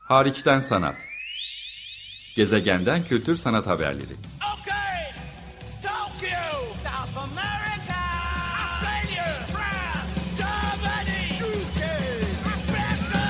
Hariçten sanat. Gezegenden kültür sanat haberleri. Okay, Tokyo, South America, Australia, France, Germany, UK, Africa.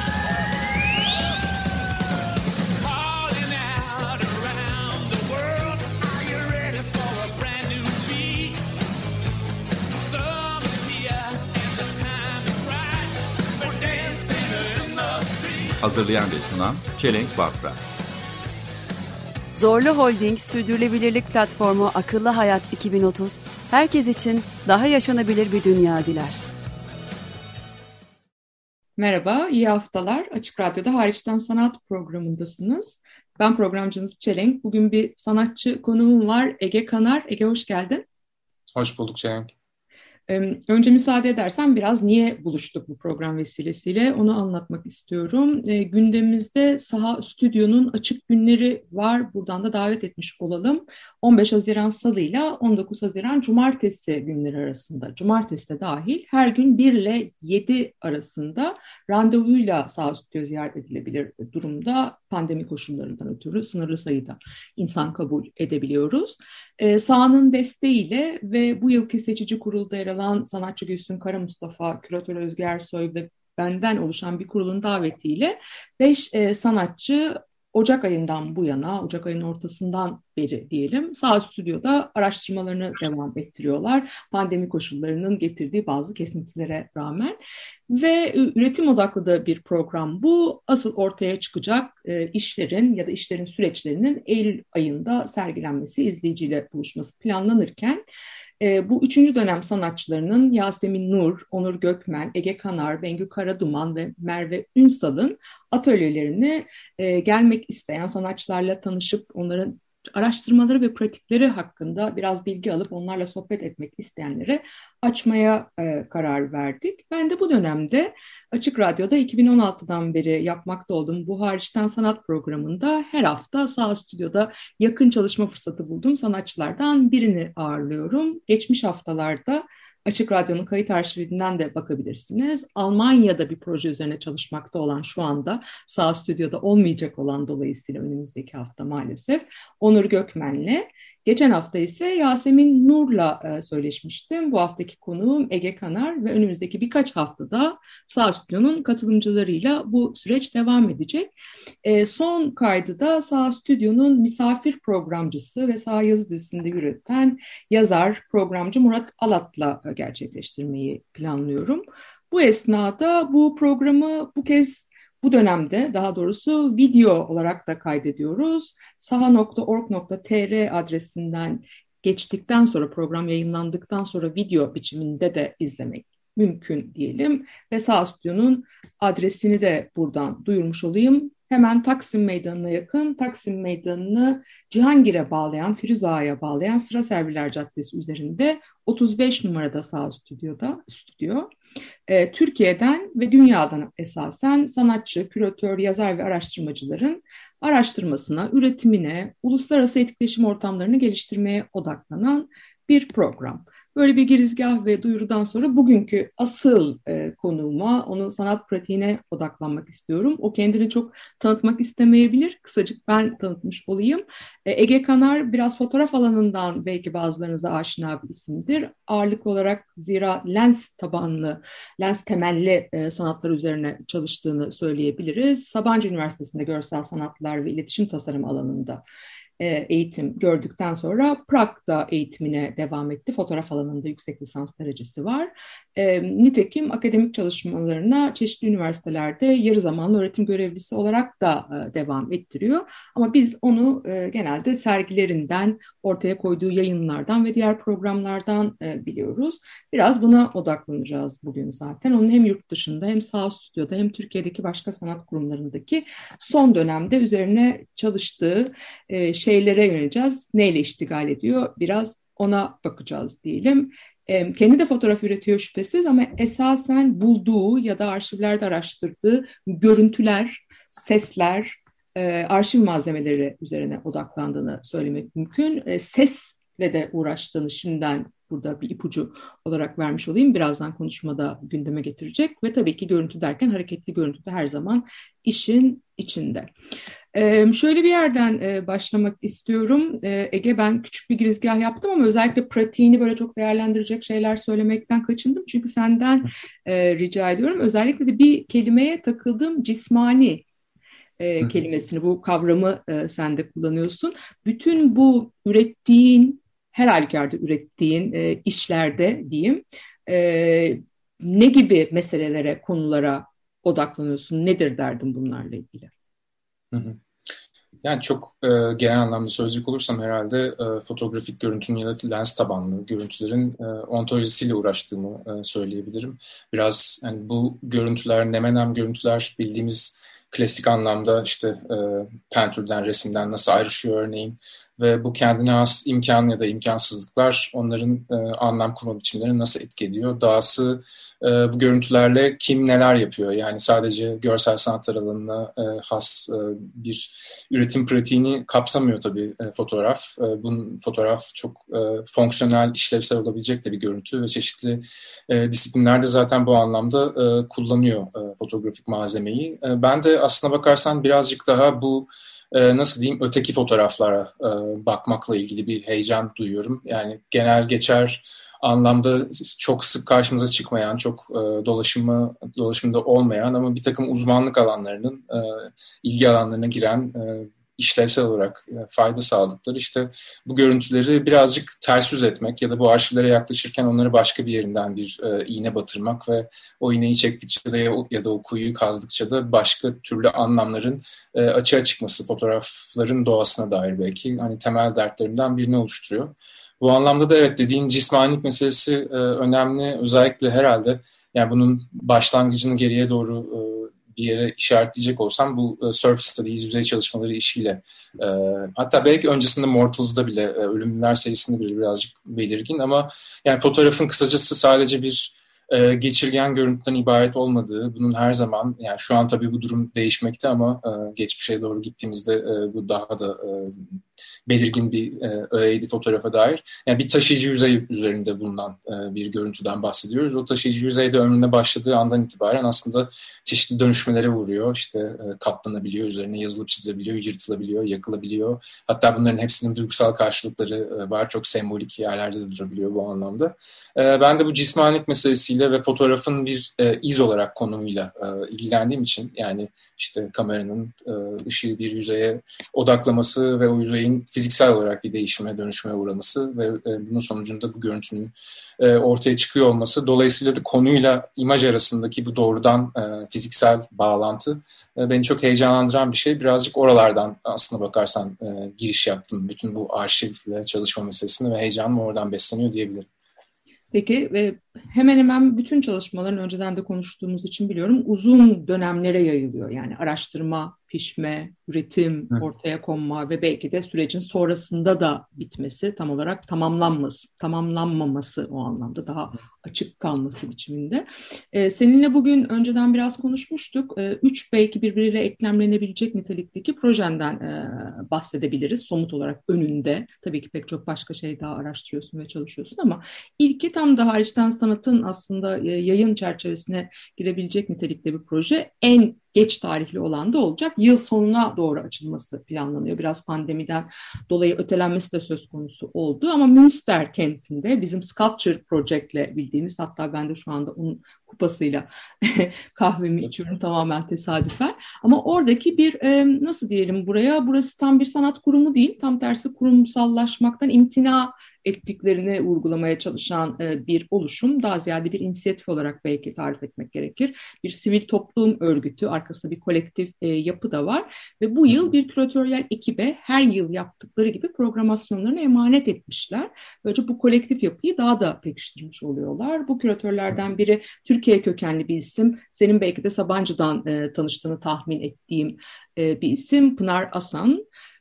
Calling out around the world, are you ready for a brand new beat? Summer's here and the time is right for dancing in the street. Hazırlayan ve sunan Çelenk Bafra. Zorlu Holding Sürdürülebilirlik Platformu Akıllı Hayat 2030, herkes için daha yaşanabilir bir dünya diler. Merhaba, iyi haftalar. Açık Radyo'da Hariçten Sanat programındasınız. Ben programcınız Çelenk. Bugün bir sanatçı konuğum var, Ege Kanar. Ege, hoş geldin. Hoş bulduk Çelenk. Önce müsaade edersen biraz niye buluştuk bu program vesilesiyle onu anlatmak istiyorum. Gündemimizde Saha Stüdyo'nun açık günleri var. Buradan da davet etmiş olalım. 15 Haziran Salı ile 19 Haziran Cumartesi günleri arasında, Cumartesi de dahil her gün 1 ile 7 arasında randevuyla Saha Stüdyo ziyaret edilebilir durumda. Pandemi koşullarından ötürü sınırlı sayıda insan kabul edebiliyoruz. Saha'nın desteğiyle ve bu yılki seçici kurulda yer alan sanatçı Gülsün Kara Mustafa, küratör Özge Ersoy ve benden oluşan bir kurulun davetiyle 5 sanatçı Ocak ayından bu yana, Ocak ayının ortasından beri diyelim, Saha Stüdyo'da araştırmalarını devam ettiriyorlar. Pandemi koşullarının getirdiği bazı kesintilere rağmen. Ve üretim odaklı da bir program bu. Asıl ortaya çıkacak işlerin ya da işlerin süreçlerinin Eylül ayında sergilenmesi, izleyiciyle buluşması planlanırken bu üçüncü dönem sanatçılarının Yasemin Nur, Onur Gökmen, Ege Kanar, Bengü Karaduman ve Merve Ünsal'ın atölyelerine gelmek isteyen sanatçılarla tanışıp onların araştırmaları ve pratikleri hakkında biraz bilgi alıp onlarla sohbet etmek isteyenlere açmaya karar verdik. Ben de bu dönemde Açık Radyo'da 2016'dan beri yapmakta olduğum bu Hariçten Sanat programında her hafta Saha Stüdyo'da yakın çalışma fırsatı bulduğum sanatçılardan birini ağırlıyorum. Geçmiş haftalarda Açık Radyo'nun kayıt arşivinden de bakabilirsiniz. Almanya'da bir proje üzerine çalışmakta olan, şu anda Saha Stüdyo'da olmayacak olan dolayısıyla önümüzdeki hafta maalesef Onur Gökmen'le. Geçen hafta ise Yasemin Nur'la söyleşmiştim. Bu haftaki konuğum Ege Kanar ve önümüzdeki birkaç haftada Saha Stüdyo'nun katılımcılarıyla bu süreç devam edecek. Son kaydı da Saha Stüdyo'nun misafir programcısı ve Saha Yazı dizisinde yürüten yazar, programcı Murat Alat'la gerçekleştirmeyi planlıyorum. Bu esnada bu programı bu dönemde daha doğrusu video olarak da kaydediyoruz. saha.org.tr adresinden geçtikten sonra, program yayınlandıktan sonra video biçiminde de izlemek mümkün diyelim. Ve Saha Stüdyo'nun adresini de buradan duyurmuş olayım. Hemen Taksim Meydanı'na yakın, Taksim Meydanı'nı Cihangir'e bağlayan, Firuze Ağa'ya bağlayan Sıra Serviler Caddesi üzerinde 35 numarada Saha Stüdyo. Türkiye'den ve dünyadan esasen sanatçı, küratör, yazar ve araştırmacıların araştırmasına, üretimine, uluslararası etkileşim ortamlarını geliştirmeye odaklanan bir program. Böyle bir girizgah ve duyurudan sonra bugünkü asıl konuğuma, onun sanat pratiğine odaklanmak istiyorum. O kendini çok tanıtmak istemeyebilir. Kısacık ben tanıtmış olayım. Ege Kanar biraz fotoğraf alanından belki bazılarınıza aşina bir isimdir. Ağırlık olarak zira lens temelli sanatlar üzerine çalıştığını söyleyebiliriz. Sabancı Üniversitesi'nde görsel sanatlar ve iletişim tasarım alanında eğitim gördükten sonra Prag'da eğitimine devam etti. Fotoğraf alanında yüksek lisans derecesi var. Nitekim akademik çalışmalarına çeşitli üniversitelerde yarı zamanlı öğretim görevlisi olarak da devam ettiriyor. Ama biz onu genelde sergilerinden, ortaya koyduğu yayınlardan ve diğer programlardan biliyoruz. Biraz buna odaklanacağız bugün zaten. Onun hem yurt dışında hem Saha Stüdyo'da hem Türkiye'deki başka sanat kurumlarındaki son dönemde üzerine çalıştığı şeylere yöneleceğiz. Neyle iştigal ediyor? Biraz ona bakacağız diyelim. Kendi de fotoğraf üretiyor şüphesiz ama esasen bulduğu ya da arşivlerde araştırdığı görüntüler, sesler, arşiv malzemeleri üzerine odaklandığını söylemek mümkün. Sesle de uğraştığını şimdiden burada bir ipucu olarak vermiş olayım. Birazdan konuşmada gündeme getirecek ve tabii ki görüntü derken hareketli görüntü de her zaman işin içinde. Şöyle bir yerden başlamak istiyorum. Ege, ben küçük bir girizgah yaptım ama özellikle pratiğini böyle çok değerlendirecek şeyler söylemekten kaçındım. Çünkü senden rica ediyorum. Özellikle de bir kelimeye takıldım, cismani kelimesini, bu kavramı sen de kullanıyorsun. Bütün bu ürettiğin, her halükarda ürettiğin işlerde diyeyim, ne gibi meselelere, konulara odaklanıyorsun? Nedir derdin bunlarla ilgili? Hı hı. Yani çok genel anlamda söyleyecek olursam herhalde fotoğrafik görüntünün ya da lens tabanlı görüntülerin ontolojisiyle uğraştığımı söyleyebilirim. Biraz yani bu görüntüler, nem görüntüler bildiğimiz klasik anlamda işte pentürden, resimden nasıl ayrışıyor örneğin ve bu kendine has imkan ya da imkansızlıklar onların anlam kurma biçimlerini nasıl etki ediyor? Dahası bu görüntülerle kim neler yapıyor? Yani sadece görsel sanatlar alanına has bir üretim pratiğini kapsamıyor tabii fotoğraf. Bunun fotoğraf çok fonksiyonel, işlevsel olabilecek de bir görüntü ve çeşitli disiplinlerde zaten bu anlamda kullanıyor fotoğrafik malzemeyi. Ben de aslına bakarsan birazcık daha bu nasıl diyeyim öteki fotoğraflara bakmakla ilgili bir heyecan duyuyorum. Yani genel geçer anlamda çok sık karşımıza çıkmayan, çok dolaşımda olmayan ama bir takım uzmanlık alanlarının ilgi alanlarına giren işlevsel olarak fayda sağladıkları işte bu görüntüleri birazcık ters yüz etmek ya da bu arşivlere yaklaşırken onları başka bir yerinden bir iğne batırmak ve o iğneyi çektikçe de ya da o kuyuyu kazdıkça da başka türlü anlamların açığa çıkması fotoğrafların doğasına dair belki hani temel dertlerimden birini oluşturuyor. Bu anlamda da evet dediğin cismanilik meselesi önemli. Özellikle herhalde yani bunun başlangıcını geriye doğru bir yere işaretleyecek olsam bu surface studies, yüzey çalışmaları işiyle hatta belki öncesinde Mortals'da bile Ölümlüler serisinde bile birazcık belirgin ama yani fotoğrafın kısacası sadece bir geçirgen görüntüden ibaret olmadığı, bunun her zaman yani şu an tabii bu durum değişmekte ama geçmişe doğru gittiğimizde bu daha da belirgin bir öğeydi fotoğrafa dair. Yani bir taşıyıcı yüzey üzerinde bulunan bir görüntüden bahsediyoruz. O taşıyıcı yüzeyde ömrüne başladığı andan itibaren aslında çeşitli dönüşmelere uğruyor. İşte katlanabiliyor, üzerine yazılıp çizilebiliyor, yırtılabiliyor, yakılabiliyor. Hatta bunların hepsinin duygusal karşılıkları var. Çok sembolik yerlerde de durabiliyor bu anlamda. Ben de bu cismaniyet meselesiyle ve fotoğrafın bir iz olarak konumuyla ilgilendiğim için yani işte kameranın ışığı bir yüzeye odaklaması ve o yüzeyin fiziksel olarak bir değişime, dönüşüme uğraması ve bunun sonucunda bu görüntünün ortaya çıkıyor olması. Dolayısıyla da konuyla imaj arasındaki bu doğrudan fiziksel bağlantı beni çok heyecanlandıran bir şey. Birazcık oralardan aslına bakarsan giriş yaptım. Bütün bu arşivle çalışma meselesini ve heyecanım oradan besleniyor diyebilirim. Peki ve hemen hemen bütün çalışmaların önceden de konuştuğumuz için biliyorum uzun dönemlere yayılıyor. Yani araştırma, pişme, üretim, ortaya konma ve belki de sürecin sonrasında da bitmesi, tam olarak tamamlanmaması o anlamda daha açık kalması biçiminde. Seninle bugün önceden biraz konuşmuştuk. 3 belki birbiriyle eklemlenebilecek nitelikteki projenden bahsedebiliriz. Somut olarak önünde. Tabii ki pek çok başka şey daha araştırıyorsun ve çalışıyorsun ama ilki tam da hariçten sanatın aslında yayın çerçevesine girebilecek nitelikte bir proje. En geç tarihli olan da olacak. Yıl sonuna doğru açılması planlanıyor. Biraz pandemiden dolayı ötelenmesi de söz konusu oldu. Ama Münster kentinde bizim Sculpture Project'le bildiğimiz, hatta ben de şu anda onun kupasıyla kahvemi içiyorum tamamen tesadüfen. Ama oradaki bir nasıl diyelim burası tam bir sanat kurumu değil. Tam tersi kurumsallaşmaktan imtina ettiklerini vurgulamaya çalışan bir oluşum. Daha ziyade bir inisiyatif olarak belki tarif etmek gerekir. Bir sivil toplum örgütü, arkasında bir kolektif yapı da var. Ve bu yıl bir küratöryel ekibe her yıl yaptıkları gibi programasyonlarını emanet etmişler. Böylece bu kolektif yapıyı daha da pekiştirmiş oluyorlar. Bu küratörlerden biri Türkiye kökenli bir isim. Senin belki de Sabancı'dan tanıştığını tahmin ettiğim bir isim, Pınar Asan.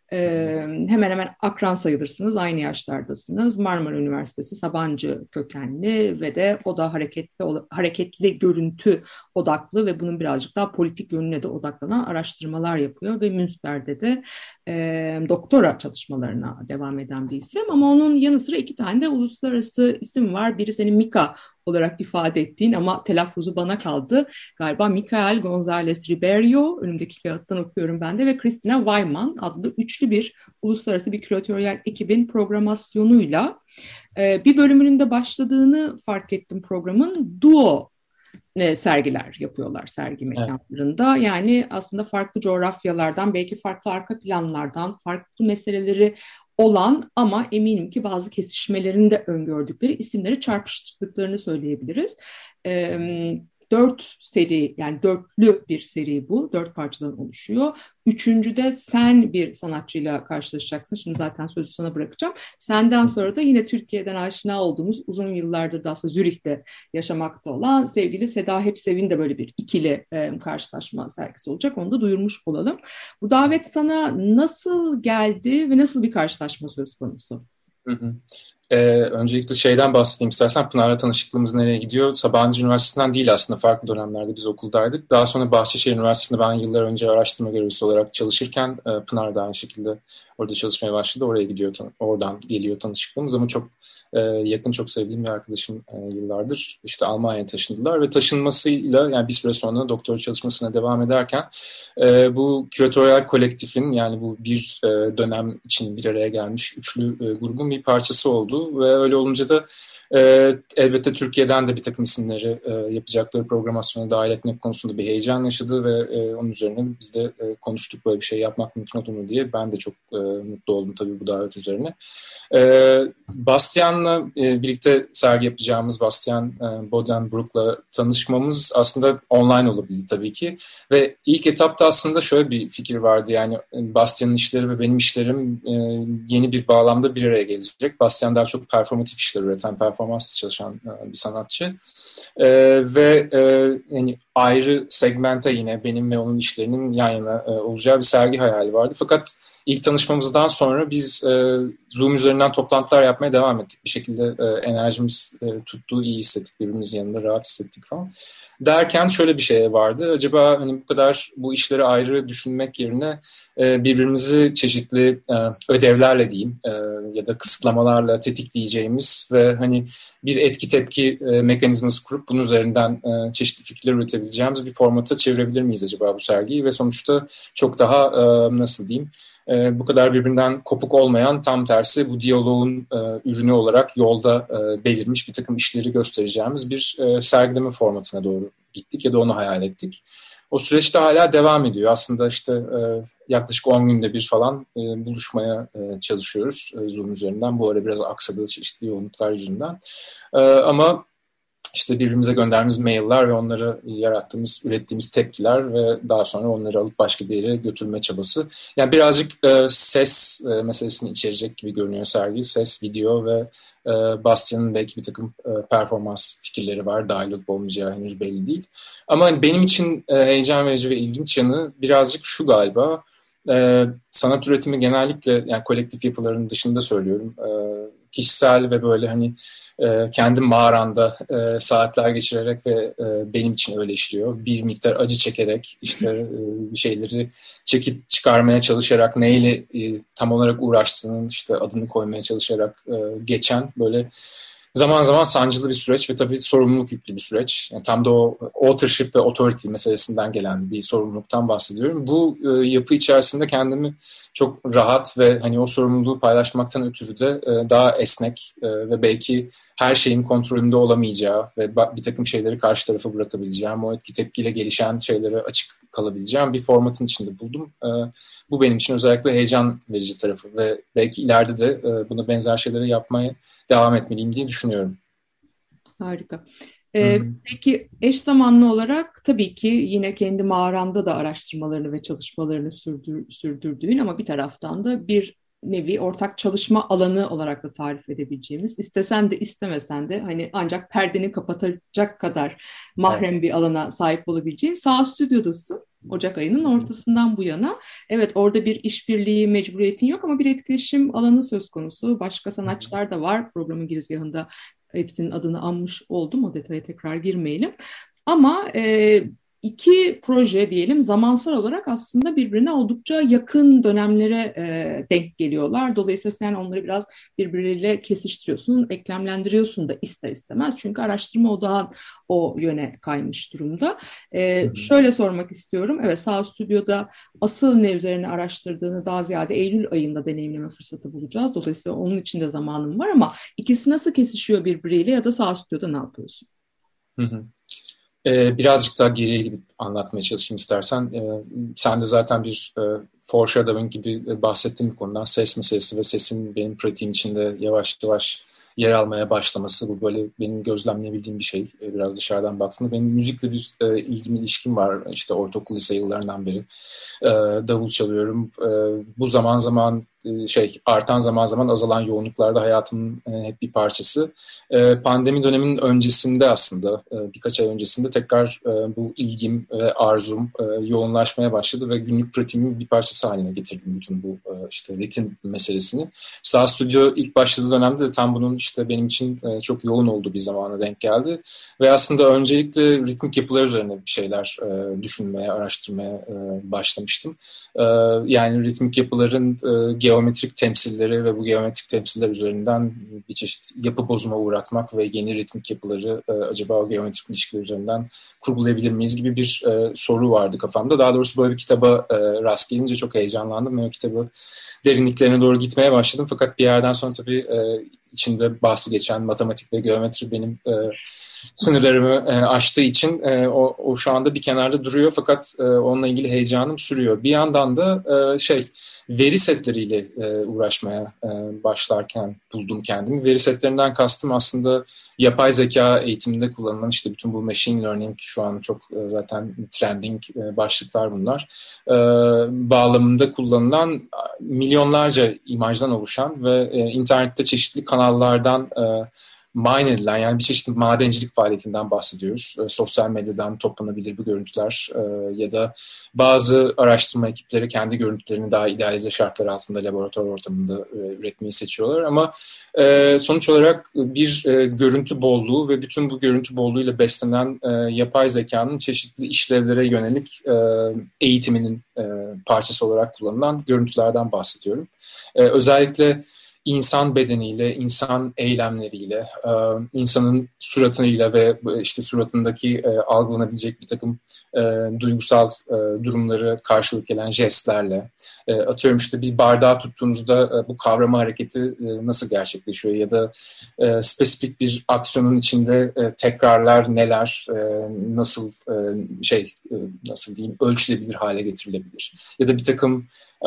Hemen hemen akran sayılırsınız, aynı yaşlardasınız. Marmara Üniversitesi Sabancı kökenli ve de o da hareketli görüntü odaklı ve bunun birazcık daha politik yönüne de odaklanan araştırmalar yapıyor ve Münster'de de doktora çalışmalarına devam eden bir isim. Ama onun yanı sıra 2 tane de uluslararası isim var. Biri senin Mika olarak ifade ettiğin ama telaffuzu bana kaldı. Galiba Mikael González Ribeiro, önümdeki kağıttan okuyorum ben de, ve Christina Weiman adlı üçlü bir uluslararası bir küratöryel ekibin programasyonuyla bir bölümünün de başladığını fark ettim programın. Duo sergiler yapıyorlar sergi mekanlarında. Yani aslında farklı coğrafyalardan, belki farklı arka planlardan, farklı meseleleri olan ama eminim ki bazı kesişmelerini de öngördükleri isimleri çarpıştırdıklarını söyleyebiliriz. 4 seri, yani dörtlü bir seri bu. 4 parçadan oluşuyor. Üçüncüde sen bir sanatçıyla karşılaşacaksın. Şimdi zaten sözü sana bırakacağım. Senden sonra da yine Türkiye'den aşina olduğumuz, uzun yıllardır da aslında Zürih'te yaşamakta olan sevgili Seda Hepsev'in de böyle bir ikili karşılaşma sergisi olacak. Onu da duyurmuş olalım. Bu davet sana nasıl geldi ve nasıl bir karşılaşma söz konusu? Hı hı. Öncelikle şeyden bahsedeyim istersen. Pınar'la tanışıklığımız nereye gidiyor? Sabancı Üniversitesi'nden değil, aslında farklı dönemlerde biz okuldaydık. Daha sonra Bahçeşehir Üniversitesi'nde ben yıllar önce araştırma görevlisi olarak çalışırken Pınar da aynı şekilde orada çalışmaya başladı. Oraya gidiyor, oradan geliyor tanışıklığımız ama çok yakın, çok sevdiğim bir arkadaşım yıllardır. İşte Almanya'ya taşındılar ve taşınmasıyla yani bir süre sonra doktora çalışmasına devam ederken bu küratöryel kolektifin, yani bu bir dönem için bir araya gelmiş üçlü grubun bir parçası oldu ve öyle olunca da elbette Türkiye'den de bir takım isimleri yapacakları programasyona dahil etmek konusunda bir heyecan yaşadı ve onun üzerine biz de konuştuk, böyle bir şey yapmak mümkün olur mu diye. Ben de çok mutlu oldum tabii bu davet üzerine. Bastian'la birlikte sergi yapacağımız Bastian Bodenbroek'la tanışmamız aslında online olabildi tabii ki. Ve ilk etapta aslında şöyle bir fikir vardı, yani Bastian'ın işleri ve benim işlerim yeni bir bağlamda bir araya gelecek. Bastian daha çok performatif işler üreten, performansla çalışan bir sanatçı. Ve yani ayrı segmente yine benim ve onun işlerinin yan yana olacağı bir sergi hayali vardı. Fakat ilk tanışmamızdan sonra biz Zoom üzerinden toplantılar yapmaya devam ettik. Bir şekilde enerjimiz tuttu, iyi hissettik, birbirimizin yanında rahat hissettik falan. Derken şöyle bir şey vardı. Acaba hani bu kadar bu işleri ayrı düşünmek yerine birbirimizi çeşitli ödevlerle diyeyim ya da kısıtlamalarla tetikleyeceğimiz ve hani bir etki tepki mekanizması kurup bunun üzerinden çeşitli fikirler üretebileceğimiz bir formata çevirebilir miyiz acaba bu sergiyi? Ve sonuçta çok daha nasıl diyeyim, bu kadar birbirinden kopuk olmayan, tam tersi bu diyaloğun ürünü olarak yolda belirmiş bir takım işleri göstereceğimiz bir sergileme formatına doğru gittik ya da onu hayal ettik. O süreçte hala devam ediyor. Aslında işte yaklaşık 10 günde bir falan buluşmaya çalışıyoruz Zoom üzerinden. Bu ara biraz aksadı çeşitli yoğunluklar yüzünden. Ama işte birbirimize gönderdiğimiz mailler ve onları ürettiğimiz tepkiler ve daha sonra onları alıp başka bir yere götürme çabası. Yani birazcık ses meselesini içerecek gibi görünüyor sergi. Ses, video ve Bastian'ın belki bir takım performans fikirleri var. Dahil olup olmayacağı henüz belli değil. Ama benim için heyecan verici ve ilginç yanı birazcık şu galiba. Sanat üretimi genellikle, yani kolektif yapıların dışında söylüyorum, kişisel ve böyle hani kendi mağaranda saatler geçirerek ve benim için öyle işliyor. Bir miktar acı çekerek, işte bir şeyleri çekip çıkarmaya çalışarak, neyle tam olarak uğraştığının işte adını koymaya çalışarak geçen böyle zaman zaman sancılı bir süreç ve tabii sorumluluk yüklü bir süreç. Yani tam da o authorship ve authority meselesinden gelen bir sorumluluktan bahsediyorum. Bu yapı içerisinde kendimi çok rahat ve hani o sorumluluğu paylaşmaktan ötürü de daha esnek ve belki her şeyin kontrolümde olamayacağı ve bir takım şeyleri karşı tarafa bırakabileceğim, o etki tepkiyle gelişen şeylere açık kalabileceğim bir formatın içinde buldum. Bu benim için özellikle heyecan verici tarafı ve belki ileride de buna benzer şeyleri yapmaya devam etmeliyim diye düşünüyorum. Harika. Peki eş zamanlı olarak tabii ki yine kendi mağaranda da araştırmalarını ve çalışmalarını sürdürdüğün ama bir taraftan da bir nevi ortak çalışma alanı olarak da tarif edebileceğimiz, istesen de istemesen de hani ancak perdeni kapatacak kadar mahrem bir alana sahip olabileceğin Sağ Stüdyo'dasın. Ocak ayının ortasından bu yana. Evet, orada bir işbirliği mecburiyetin yok ama bir etkileşim alanı söz konusu. Başka sanatçılar da var. Programın girizgahında hepsinin adını anmış oldum. O detaya tekrar girmeyelim. Ama iki proje diyelim zamansal olarak aslında birbirine oldukça yakın dönemlere denk geliyorlar. Dolayısıyla sen onları biraz birbiriyle kesiştiriyorsun, eklemlendiriyorsun da ister istemez. Çünkü araştırma odağın o yöne kaymış durumda. Şöyle sormak istiyorum. Evet, Sağ Stüdyo'da asıl ne üzerine araştırdığını daha ziyade Eylül ayında deneyimleme fırsatı bulacağız. Dolayısıyla onun için de zamanım var ama ikisi nasıl kesişiyor birbiriyle ya da Sağ Stüdyo'da ne yapıyorsun? Hı hı. Birazcık daha geriye gidip anlatmaya çalışayım istersen. Sen de zaten bir foreshadowing gibi bahsettiğin bir konudan ses meselesi ve sesin benim pratiğim içinde yavaş yavaş yer almaya başlaması. Bu böyle benim gözlemleyebildiğim bir şey. Biraz dışarıdan baktığımda. Benim müzikle bir ilişkim var. İşte ortaokul, lise yıllarından beri. Davul çalıyorum. Bu zaman zaman artan zaman zaman azalan yoğunluklarda hayatımın hep bir parçası. Pandemi döneminin öncesinde aslında birkaç ay öncesinde tekrar bu ilgim ve arzum yoğunlaşmaya başladı ve günlük pratiğimin bir parçası haline getirdim bütün bu işte ritim meselesini. Sağ Stüdyo ilk başladığı dönemde de tam bunun işte benim için çok yoğun olduğu bir zamana denk geldi ve aslında öncelikle ritmik yapılar üzerine bir şeyler düşünmeye, araştırmaya başlamıştım. Yani ritmik yapıların geometrik temsilleri ve bu geometrik temsiller üzerinden bir çeşit yapı bozuma uğratmak ve yeni ritmik yapıları acaba o geometrik ilişkiler üzerinden kurgulayabilir miyiz gibi bir soru vardı kafamda. Daha doğrusu böyle bir kitaba rast gelince çok heyecanlandım ve o kitabı derinliklerine doğru gitmeye başladım. Fakat bir yerden sonra tabii içinde bahsi geçen matematik ve geometri benim sınırlarımı aştığı için o şu anda bir kenarda duruyor fakat onunla ilgili heyecanım sürüyor. Bir yandan da veri setleriyle uğraşmaya başlarken buldum kendimi. Veri setlerinden kastım aslında yapay zeka eğitiminde kullanılan işte bütün bu machine learning şu an çok zaten trending başlıklar bunlar. Bağlamında kullanılan milyonlarca imajdan oluşan ve internette çeşitli kanallardan mine edilen yani bir çeşit madencilik faaliyetinden bahsediyoruz. Sosyal medyadan toplanabilir bu görüntüler ya da bazı araştırma ekipleri kendi görüntülerini daha idealize şartlar altında laboratuvar ortamında üretmeyi seçiyorlar ama sonuç olarak bir görüntü bolluğu ve bütün bu görüntü bolluğuyla beslenen yapay zekanın çeşitli işlevlere yönelik eğitiminin parçası olarak kullanılan görüntülerden bahsediyorum. Özellikle insan bedeniyle, insan eylemleriyle, insanın suratıyla ve işte suratındaki algılanabilecek bir takım duygusal durumları karşılık gelen jestlerle, atıyorum işte bir bardağı tuttuğunuzda bu kavrama hareketi nasıl gerçekleşiyor ya da spesifik bir aksiyonun içinde tekrarlar neler, nasıl nasıl diyeyim ölçülebilir hale getirilebilir ya da bir takım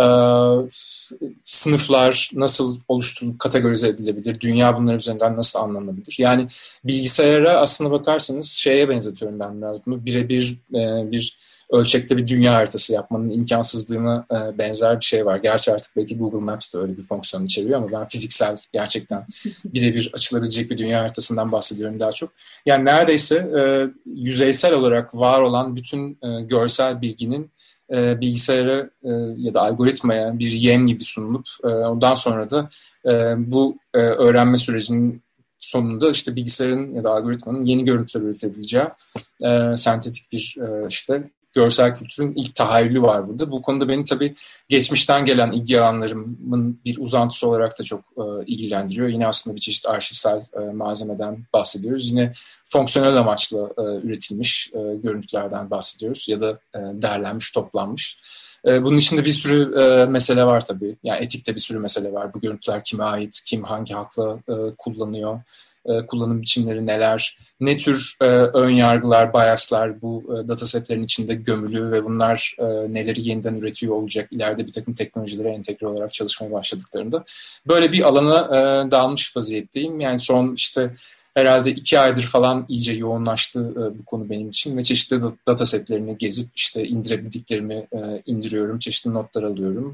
sınıflar nasıl oluşturulup kategorize edilebilir, dünya bunlar üzerinden nasıl anlanabilir? Yani bilgisayara aslına bakarsanız şeye benzetiyorum ben biraz bunu, birebir bir ölçekte bir dünya haritası yapmanın imkansızlığına benzer bir şey var. Gerçi artık belki Google Maps de öyle bir fonksiyon içeriyor ama ben fiziksel gerçekten birebir açılabilecek bir dünya haritasından bahsediyorum daha çok. Yani neredeyse yüzeysel olarak var olan bütün görsel bilginin bilgisayara ya da algoritmaya bir yem gibi sunulup ondan sonra da bu öğrenme sürecinin sonunda işte bilgisayarın ya da algoritmanın yeni görüntüler üretebileceği sentetik bir işte görsel kültürün ilk tahayyülü var burada. Bu konuda beni tabii geçmişten gelen ilgi alanlarımın bir uzantısı olarak da çok ilgilendiriyor. Yine aslında bir çeşit arşivsel malzemeden bahsediyoruz. Yine fonksiyonel amaçla üretilmiş görüntülerden bahsediyoruz ya da derlenmiş, toplanmış. Bunun içinde bir sürü mesele var tabii. Yani etikte bir sürü mesele var. Bu görüntüler kime ait, kim hangi hakla kullanıyor, kullanım biçimleri neler, ne tür ön yargılar, biaslar bu datasetlerin içinde gömülü ve bunlar neleri yeniden üretiyor olacak ileride bir takım teknolojilere entegre olarak çalışmaya başladıklarında. Böyle bir alana dalmış vaziyetteyim. Yani son işte herhalde 2 aydır falan iyice yoğunlaştı bu konu benim için ve çeşitli datasetlerini gezip işte indirebildiklerimi indiriyorum, çeşitli notlar alıyorum.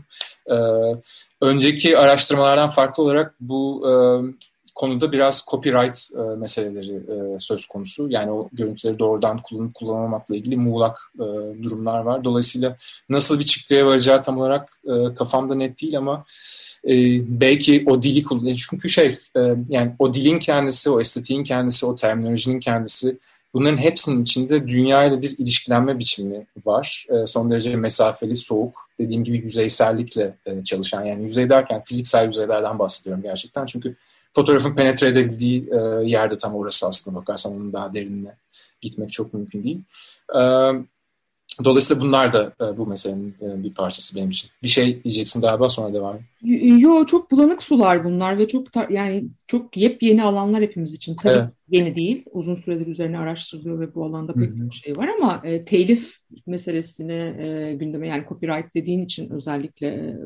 Önceki araştırmalardan farklı olarak bu konuda biraz copyright meseleleri söz konusu. Yani o görüntüleri doğrudan kullanıp kullanmamakla ilgili muğlak durumlar var. Dolayısıyla nasıl bir çıktıya varacağı tam olarak kafamda net değil ama belki o dili kullanıyor. Çünkü yani o dilin kendisi, o estetiğin kendisi, o terminolojinin kendisi, bunların hepsinin içinde dünyayla bir ilişkilenme biçimi var. Son derece mesafeli, soğuk, dediğim gibi yüzeysellikle çalışan, yani yüzey derken fiziksel yüzeylerden bahsediyorum gerçekten. Çünkü fotoğrafın penetre edebildiği yerde tam orası aslında bakarsan, onun daha derinine gitmek çok mümkün değil. Dolayısıyla bunlar da bu meselenin bir parçası benim için. Bir şey diyeceksin galiba, sonra devam et. Yo, çok bulanık sular bunlar ve çok yani çok yepyeni alanlar hepimiz için. Tabii Evet. yeni değil. Uzun süredir üzerine araştırılıyor ve bu alanda pek çok şey var ama telif meselesini gündeme, yani copyright dediğin için özellikle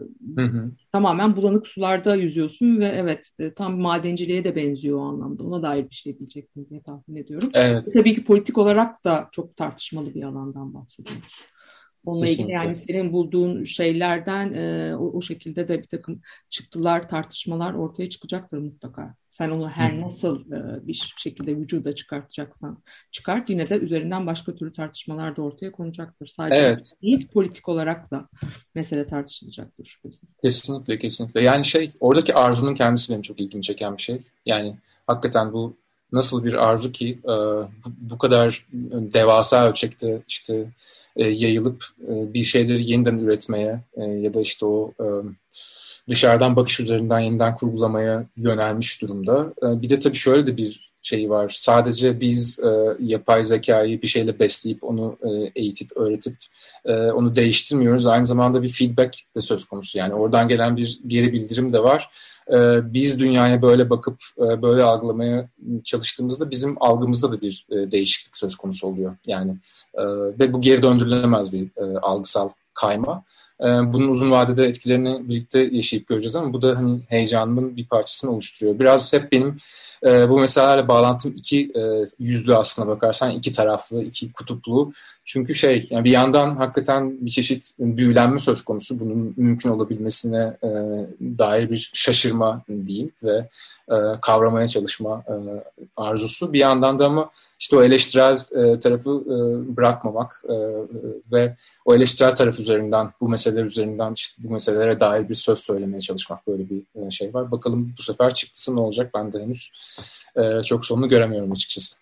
tamamen bulanık sularda yüzüyorsun ve evet, tam madenciliğe de benziyor o anlamda. Ona dair bir şey diyecektim diye tahmin ediyorum. Evet. Tabii ki politik olarak da çok tartışmalı bir alandan bahsediyoruz. Onunla Kesinlikle. ilgili yani senin bulduğun şeylerden o şekilde de bir takım çıktılar, tartışmalar ortaya çıkacaktır mutlaka. Sen onu her nasıl bir şekilde vücuda çıkartacaksan çıkart, yine de üzerinden başka türlü tartışmalar da ortaya konacaktır. Sadece Evet. değil, politik olarak da mesele tartışılacaktır şüphesiz. Kesinlikle, kesinlikle. Yani oradaki arzunun kendisi benim çok ilgimi çeken bir şey. Yani hakikaten bu nasıl bir arzu ki bu kadar devasa ölçekte işte yayılıp bir şeyleri yeniden üretmeye ya da işte o dışarıdan bakış üzerinden yeniden kurgulamaya yönelmiş durumda. Bir de tabii şöyle de bir şey var. Sadece biz yapay zekayı bir şeyle besleyip onu eğitip öğretip onu değiştirmiyoruz. Aynı zamanda bir feedback de söz konusu. Yani oradan gelen bir geri bildirim de var. Biz dünyaya böyle bakıp böyle algılamaya çalıştığımızda bizim algımızda da bir değişiklik söz konusu oluyor. Yani ve bu geri döndürülemez bir algısal kayma. Bunun uzun vadede etkilerini birlikte yaşayıp göreceğiz ama bu da hani heyecanımın bir parçasını oluşturuyor. Biraz hep benim bu meselelerle bağlantım iki yüzlü aslına bakarsan, iki taraflı, iki kutuplu. Çünkü yani bir yandan hakikaten bir çeşit büyülenme söz konusu, bunun mümkün olabilmesine dair bir şaşırma diyeyim ve kavramaya çalışma arzusu. Bir yandan da ama işte o eleştirel tarafı bırakmamak ve o eleştirel taraf üzerinden, bu meseleler üzerinden işte bu meselelere dair bir söz söylemeye çalışmak, böyle bir şey var. Bakalım bu sefer çıktısı ne olacak, ben de henüz çok sonunu göremiyorum açıkçası.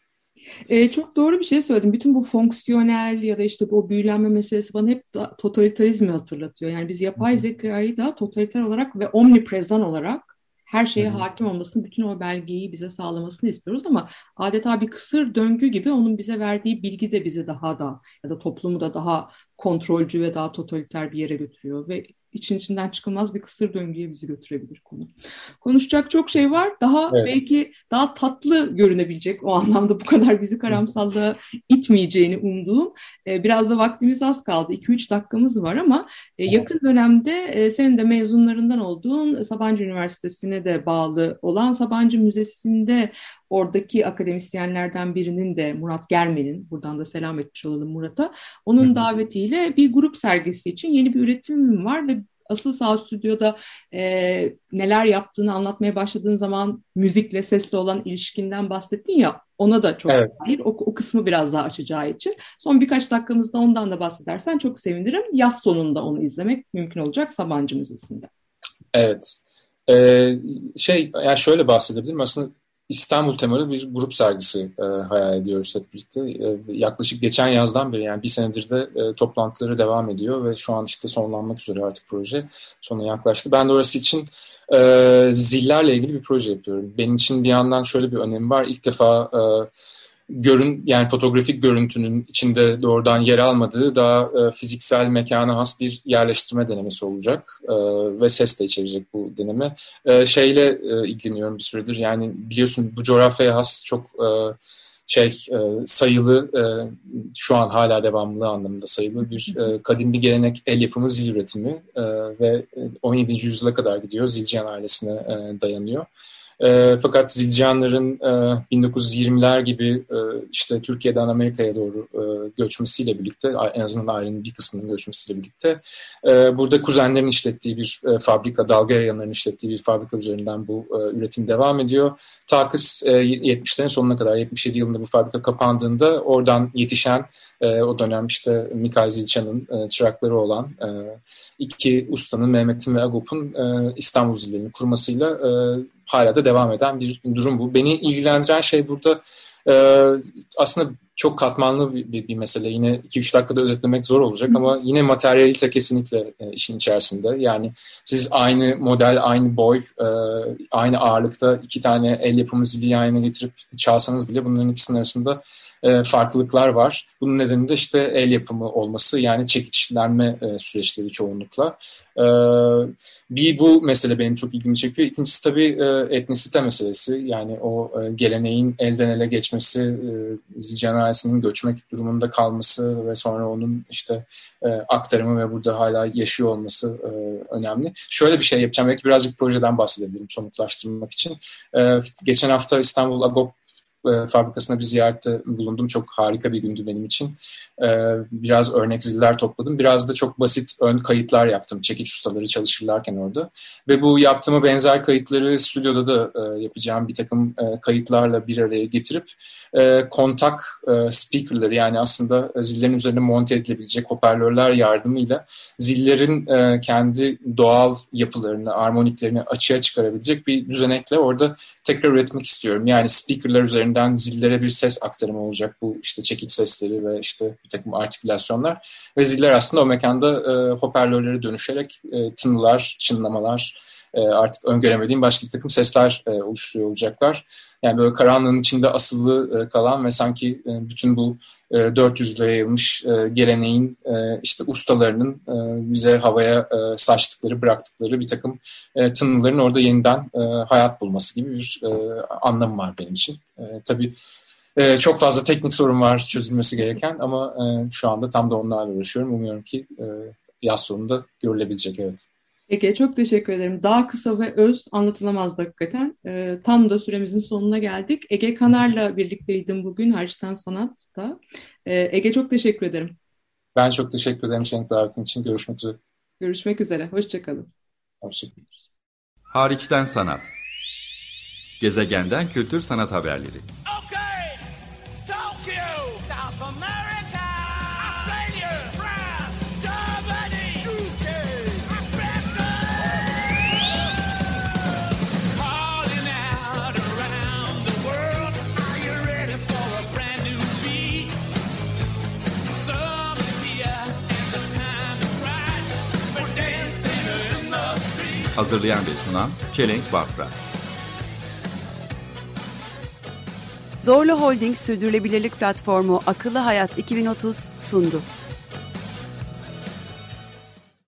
Çok doğru bir şey söyledin. Bütün bu fonksiyonel ya da işte bu büyülenme meselesi bana hep totalitarizmi hatırlatıyor. Yani biz yapay zekayı da totaliter olarak ve omnipresent olarak her şeye hakim olmasını, bütün o belgeyi bize sağlamasını istiyoruz ama adeta bir kısır döngü gibi onun bize verdiği bilgi de bizi daha da ya da toplumu da daha kontrolcü ve daha totaliter bir yere götürüyor ve içinden çıkılmaz bir kısır döngüye bizi götürebilir konu. Konuşacak çok şey var. Daha belki daha tatlı görünebilecek, o anlamda bu kadar bizi karamsallığa itmeyeceğini umduğum. Biraz da vaktimiz az kaldı. 2-3 dakikamız var ama yakın dönemde senin de mezunlarından olduğun Sabancı Üniversitesi'ne de bağlı olan Sabancı Müzesi'nde oradaki akademisyenlerden birinin de, Murat Germen'in, buradan da selam etmiş olalım Murat'a, onun davetiyle bir grup sergisi için yeni bir üretimim var ve asıl Sağ Stüdyo'da neler yaptığını anlatmaya başladığın zaman müzikle, sesle olan ilişkinden bahsettin ya, ona da çok dair, o kısmı biraz daha açacağı için. Son birkaç dakikamızda ondan da bahsedersen çok sevinirim. Yaz sonunda onu izlemek mümkün olacak Sabancı Müzesi'nde. Evet. Yani şöyle bahsedebilirim. Aslında İstanbul temalı bir grup sergisi hayal ediyoruz hep birlikte. Yaklaşık geçen yazdan beri, yani bir senedir de toplantıları devam ediyor ve şu an işte sonlanmak üzere artık proje. Sonuna yaklaştı. Ben de orası için zillerle ilgili bir proje yapıyorum. Benim için bir yandan şöyle bir önemi var. İlk defa yani fotoğrafik görüntünün içinde doğrudan yer almadığı daha fiziksel, mekana has bir yerleştirme denemesi olacak ve ses de içerecek bu deneme. Şeyle ilgileniyorum bir süredir, yani biliyorsun bu coğrafyaya has çok sayılı, şu an hala devamlılığı anlamında sayılı bir kadim bir gelenek, el yapımı zil üretimi ve 17. yüzyıla kadar gidiyor, Zilcihan ailesine dayanıyor. Fakat Zilcihanların 1920'ler gibi işte Türkiye'den Amerika'ya doğru göçmesiyle birlikte, en azından ailenin bir kısmının göçmesiyle birlikte burada kuzenlerin işlettiği bir fabrika, Dalgaryanların işlettiği bir fabrika üzerinden bu üretim devam ediyor. Ta kız 70'lerin sonuna kadar, 77 yılında bu fabrika kapandığında oradan yetişen o dönem işte Mikail Zilçan'ın çırakları olan iki ustanın, Mehmet'in ve Agop'un İstanbul zillerini kurmasıyla hala da devam eden bir durum bu. Beni ilgilendiren şey burada aslında çok katmanlı bir mesele. Yine 2-3 dakikada özetlemek zor olacak ama yine materyalite kesinlikle işin içerisinde. Yani siz aynı model, aynı boy, aynı ağırlıkta 2 tane el yapımı zili yan yana getirip çalsanız bile bunların ikisinin arasında farklılıklar var. Bunun nedeni de işte el yapımı olması, yani çekiçlenme süreçleri çoğunlukla. Bu mesele benim çok ilgimi çekiyor. İkincisi tabii etnisite meselesi. Yani o geleneğin elden ele geçmesi, Zilcihan ailesinin göçmek durumunda kalması ve sonra onun işte aktarımı ve burada hala yaşıyor olması önemli. Şöyle bir şey yapacağım. Belki birazcık projeden bahsedebilirim somutlaştırmak için. Geçen hafta İstanbul Agop fabrikasına bir ziyarette bulundum. Çok harika bir gündü benim için. Biraz örnek ziller topladım. Biraz da çok basit ön kayıtlar yaptım. Çekiç ustaları çalışırlarken orada. Ve bu yaptığıma benzer kayıtları stüdyoda da yapacağım bir takım kayıtlarla bir araya getirip kontak speakerları, yani aslında zillerin üzerine monte edilebilecek hoparlörler yardımıyla zillerin kendi doğal yapılarını, armoniklerini açığa çıkarabilecek bir düzenekle orada tekrar üretmek istiyorum. Yani speakerlar üzerinden zillere bir ses aktarımı olacak. Bu işte çekiç sesleri ve işte bir takım artikülasyonlar. Ve ziller aslında o mekanda hoparlörlere dönüşerek tınılar, çınlamalar, artık öngöremediğim başka bir takım sesler oluşturuyor olacaklar. Yani böyle karanlığın içinde asılı kalan ve sanki bütün bu 400 yıla yayılmış geleneğin işte ustalarının bize havaya saçtıkları, bıraktıkları bir takım tınıların orada yeniden hayat bulması gibi bir anlamı var benim için. Tabii çok fazla teknik sorun var çözülmesi gereken ama şu anda tam da onlarla uğraşıyorum. Umuyorum ki yaz sonunda görülebilecek, evet. Ege, çok teşekkür ederim. Daha kısa ve öz, anlatılamazdı hakikaten. Tam da süremizin sonuna geldik. Ege Kanar'la birlikteydim bugün Hariçten Sanat'ta. Ege, çok teşekkür ederim. Ben çok teşekkür ederim Şenk, davetin için. Görüşmek üzere. Görüşmek üzere. Hoşçakalın. Hoşçakalın. Hariçten Sanat. Gezegenden kültür sanat haberleri. Okay, Tokyo, South America, Australia, France, Germany, UK, Africa. Calling out around the world, are you ready for a brand new beat? Summer's here and the time is right. We're dancing in the street. Hazırlayan ve sunan Çelenk Bafra. Zorlu Holding Sürdürülebilirlik Platformu Akıllı Hayat 2030 sundu.